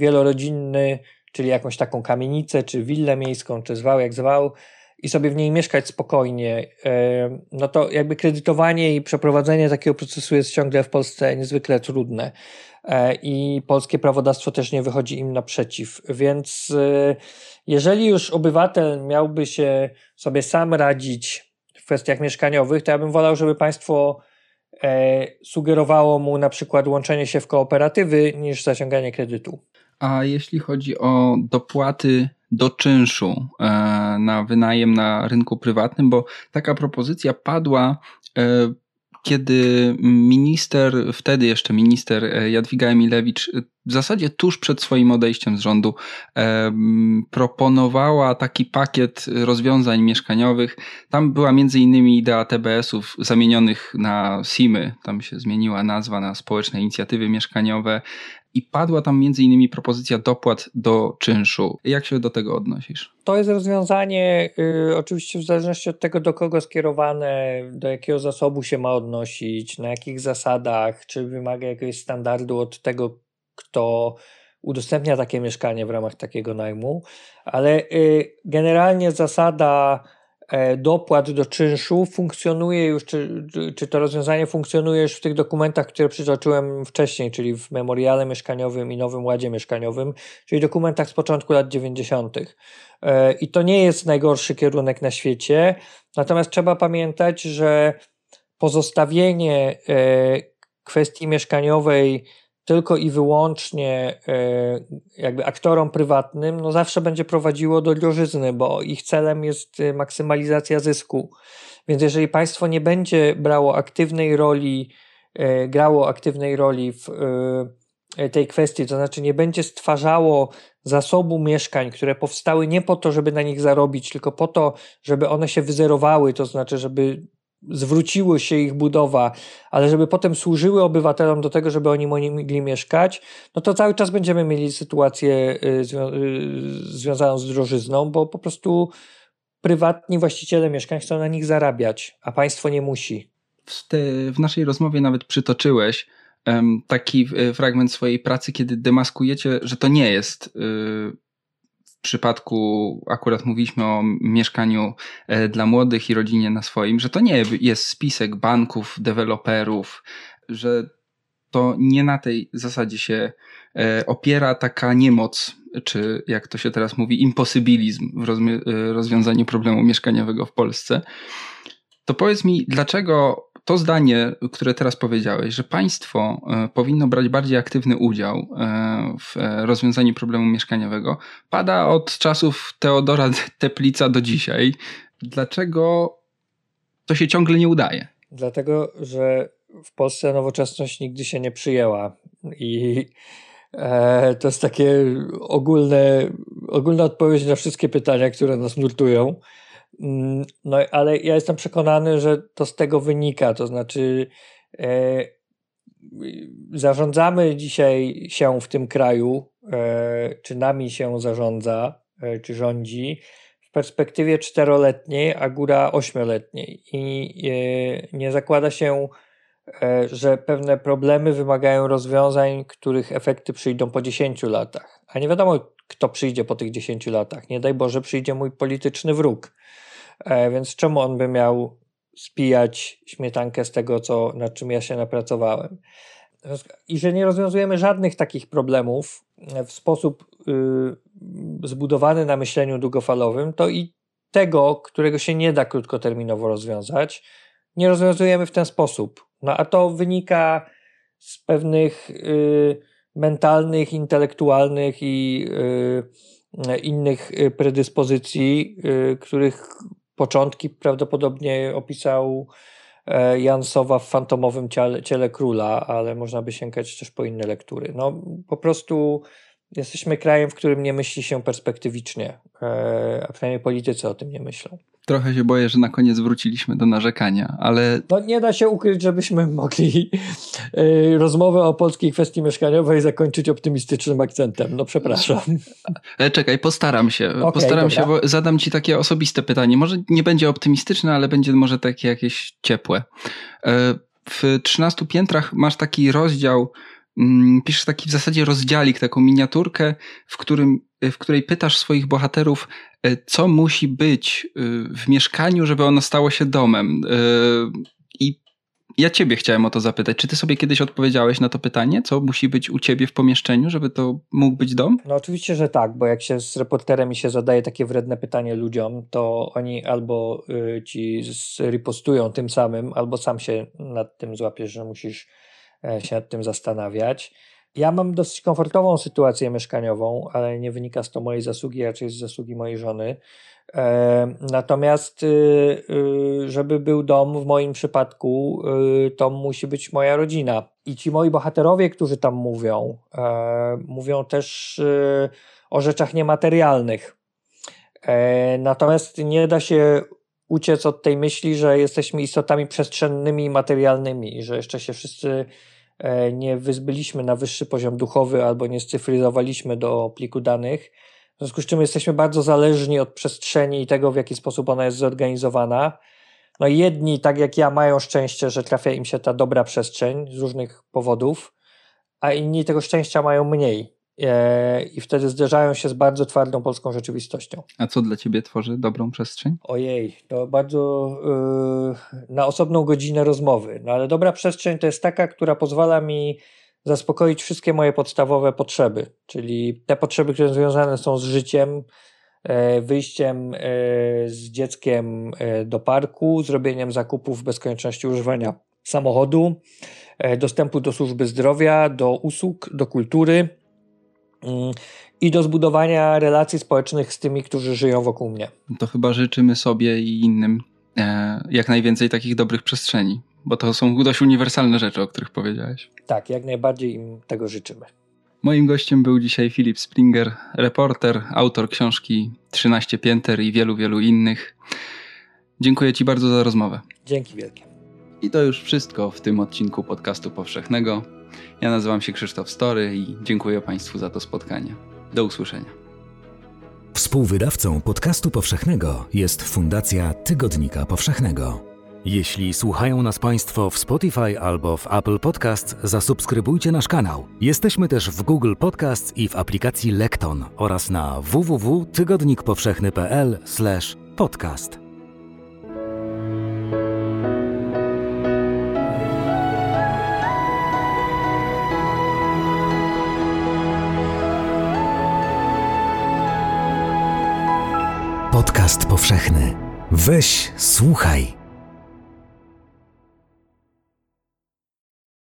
wielorodzinny, czyli jakąś taką kamienicę, czy willę miejską, czy zwał jak zwał, i sobie w niej mieszkać spokojnie, no to jakby kredytowanie i przeprowadzenie takiego procesu jest ciągle w Polsce niezwykle trudne i polskie prawodawstwo też nie wychodzi im naprzeciw, więc jeżeli już obywatel miałby się sobie sam radzić w kwestiach mieszkaniowych, to ja bym wolał, żeby państwo sugerowało mu na przykład łączenie się w kooperatywy niż zaciąganie kredytu. A jeśli chodzi o dopłaty do czynszu na wynajem na rynku prywatnym, bo taka propozycja padła, kiedy wtedy jeszcze minister Jadwiga Emilewicz w zasadzie tuż przed swoim odejściem z rządu proponowała taki pakiet rozwiązań mieszkaniowych. Tam była między innymi idea TBS-ów zamienionych na SIM-y, tam się zmieniła nazwa na Społeczne Inicjatywy Mieszkaniowe i padła tam między innymi propozycja dopłat do czynszu. Jak się do tego odnosisz? To jest rozwiązanie oczywiście w zależności od tego, do kogo skierowane, do jakiego zasobu się ma odnosić, na jakich zasadach, czy wymaga jakiegoś standardu od tego, kto udostępnia takie mieszkanie w ramach takiego najmu, ale generalnie zasada dopłat do czynszu funkcjonuje już, czy to rozwiązanie funkcjonuje już w tych dokumentach, które przytoczyłem wcześniej, czyli w Memoriale Mieszkaniowym i Nowym Ładzie Mieszkaniowym, czyli dokumentach z początku lat 90. I to nie jest najgorszy kierunek na świecie, natomiast trzeba pamiętać, że pozostawienie kwestii mieszkaniowej tylko i wyłącznie jakby aktorom prywatnym, no zawsze będzie prowadziło do drożyzny, bo ich celem jest maksymalizacja zysku. Więc jeżeli państwo nie będzie grało aktywnej roli w tej kwestii, to znaczy nie będzie stwarzało zasobu mieszkań, które powstały nie po to, żeby na nich zarobić, tylko po to, żeby one się wyzerowały, to znaczy, żeby zwróciło się ich budowa, ale żeby potem służyły obywatelom do tego, żeby oni mogli mieszkać, no to cały czas będziemy mieli sytuację związaną z drożyzną, bo po prostu prywatni właściciele mieszkań chcą na nich zarabiać, a państwo nie musi. W naszej rozmowie nawet przytoczyłeś taki fragment swojej pracy, kiedy demaskujecie, że to nie jest w przypadku, akurat mówiliśmy o mieszkaniu dla młodych i rodzinie na swoim, że to nie jest spisek banków, deweloperów, że to nie na tej zasadzie się opiera taka niemoc, czy jak to się teraz mówi, imposybilizm w rozwiązaniu problemu mieszkaniowego w Polsce. To powiedz mi, dlaczego to zdanie, które teraz powiedziałeś, że państwo powinno brać bardziej aktywny udział w rozwiązaniu problemu mieszkaniowego, pada od czasów Teodora Teplica do dzisiaj. Dlaczego to się ciągle nie udaje? Dlatego, że w Polsce nowoczesność nigdy się nie przyjęła i to jest takie ogólna odpowiedź na wszystkie pytania, które nas nurtują. No, ale ja jestem przekonany, że to z tego wynika, to znaczy zarządzamy dzisiaj się w tym kraju, czy nami się zarządza, czy rządzi w perspektywie 4-letniej, a góra 8-letniej i nie zakłada się, że pewne problemy wymagają rozwiązań, których efekty przyjdą po 10 latach, a nie wiadomo, kto przyjdzie po tych 10 latach. Nie daj Boże, przyjdzie mój polityczny wróg. Więc czemu on by miał spijać śmietankę z tego, nad czym ja się napracowałem? I że nie rozwiązujemy żadnych takich problemów w sposób zbudowany na myśleniu długofalowym, to i tego, którego się nie da krótkoterminowo rozwiązać, nie rozwiązujemy w ten sposób. No a to wynika z pewnych mentalnych, intelektualnych i innych predyspozycji, których początki prawdopodobnie opisał Jan Sowa w Fantomowym ciele króla, ale można by sięgać też po inne lektury. No po prostu jesteśmy krajem, w którym nie myśli się perspektywicznie, a przynajmniej politycy o tym nie myślą. Trochę się boję, że na koniec wróciliśmy do narzekania, ale... No nie da się ukryć, żebyśmy mogli rozmowę o polskiej kwestii mieszkaniowej zakończyć optymistycznym akcentem. No przepraszam. Czekaj, postaram się. Bo zadam ci takie osobiste pytanie. Może nie będzie optymistyczne, ale będzie może takie jakieś ciepłe. W 13 piętrach masz taki rozdział piszesz taki w zasadzie rozdziałik, taką miniaturkę, w której pytasz swoich bohaterów, co musi być w mieszkaniu, żeby ono stało się domem. I ja ciebie chciałem o to zapytać. Czy ty sobie kiedyś odpowiedziałeś na to pytanie? Co musi być u ciebie w pomieszczeniu, żeby to mógł być dom? No oczywiście, że tak, bo jak się z reporterem się zadaje takie wredne pytanie ludziom, to oni albo ci ripostują tym samym, albo sam się nad tym złapiesz, że musisz się nad tym zastanawiać. Ja mam dosyć komfortową sytuację mieszkaniową, ale nie wynika z to mojej zasługi, raczej z zasługi mojej żony. Natomiast żeby był dom w moim przypadku, to musi być moja rodzina. I ci moi bohaterowie, którzy tam mówią też o rzeczach niematerialnych. Natomiast nie da się uciec od tej myśli, że jesteśmy istotami przestrzennymi i materialnymi i że jeszcze się wszyscy nie wyzbyliśmy na wyższy poziom duchowy albo nie scyfryzowaliśmy do pliku danych. W związku z czym jesteśmy bardzo zależni od przestrzeni i tego, w jaki sposób ona jest zorganizowana. No jedni, tak jak ja, mają szczęście, że trafia im się ta dobra przestrzeń z różnych powodów, a inni tego szczęścia mają mniej. I wtedy zderzają się z bardzo twardą polską rzeczywistością. A co dla ciebie tworzy dobrą przestrzeń? Ojej, to bardzo na osobną godzinę rozmowy. No ale dobra przestrzeń to jest taka, która pozwala mi zaspokoić wszystkie moje podstawowe potrzeby, czyli te potrzeby, które związane są z życiem, wyjściem z dzieckiem do parku, zrobieniem zakupów bez konieczności używania samochodu, dostępu do służby zdrowia, do usług, do kultury i do zbudowania relacji społecznych z tymi, którzy żyją wokół mnie. To chyba życzymy sobie i innym jak najwięcej takich dobrych przestrzeni, bo to są dość uniwersalne rzeczy, o których powiedziałeś. Tak, jak najbardziej im tego życzymy. Moim gościem był dzisiaj Filip Springer, reporter, autor książki 13 pięter i wielu, wielu innych. Dziękuję ci bardzo za rozmowę. Dzięki wielkie. I to już wszystko w tym odcinku Podcastu Powszechnego. Ja nazywam się Krzysztof Story i dziękuję Państwu za to spotkanie. Do usłyszenia. Współwydawcą Podcastu Powszechnego jest Fundacja Tygodnika Powszechnego. Jeśli słuchają nas Państwo w Spotify albo w Apple Podcasts, zasubskrybujcie nasz kanał. Jesteśmy też w Google Podcasts i w aplikacji Lekton oraz na www.tygodnikpowszechny.pl/podcast. Podcast powszechny. Weź, słuchaj.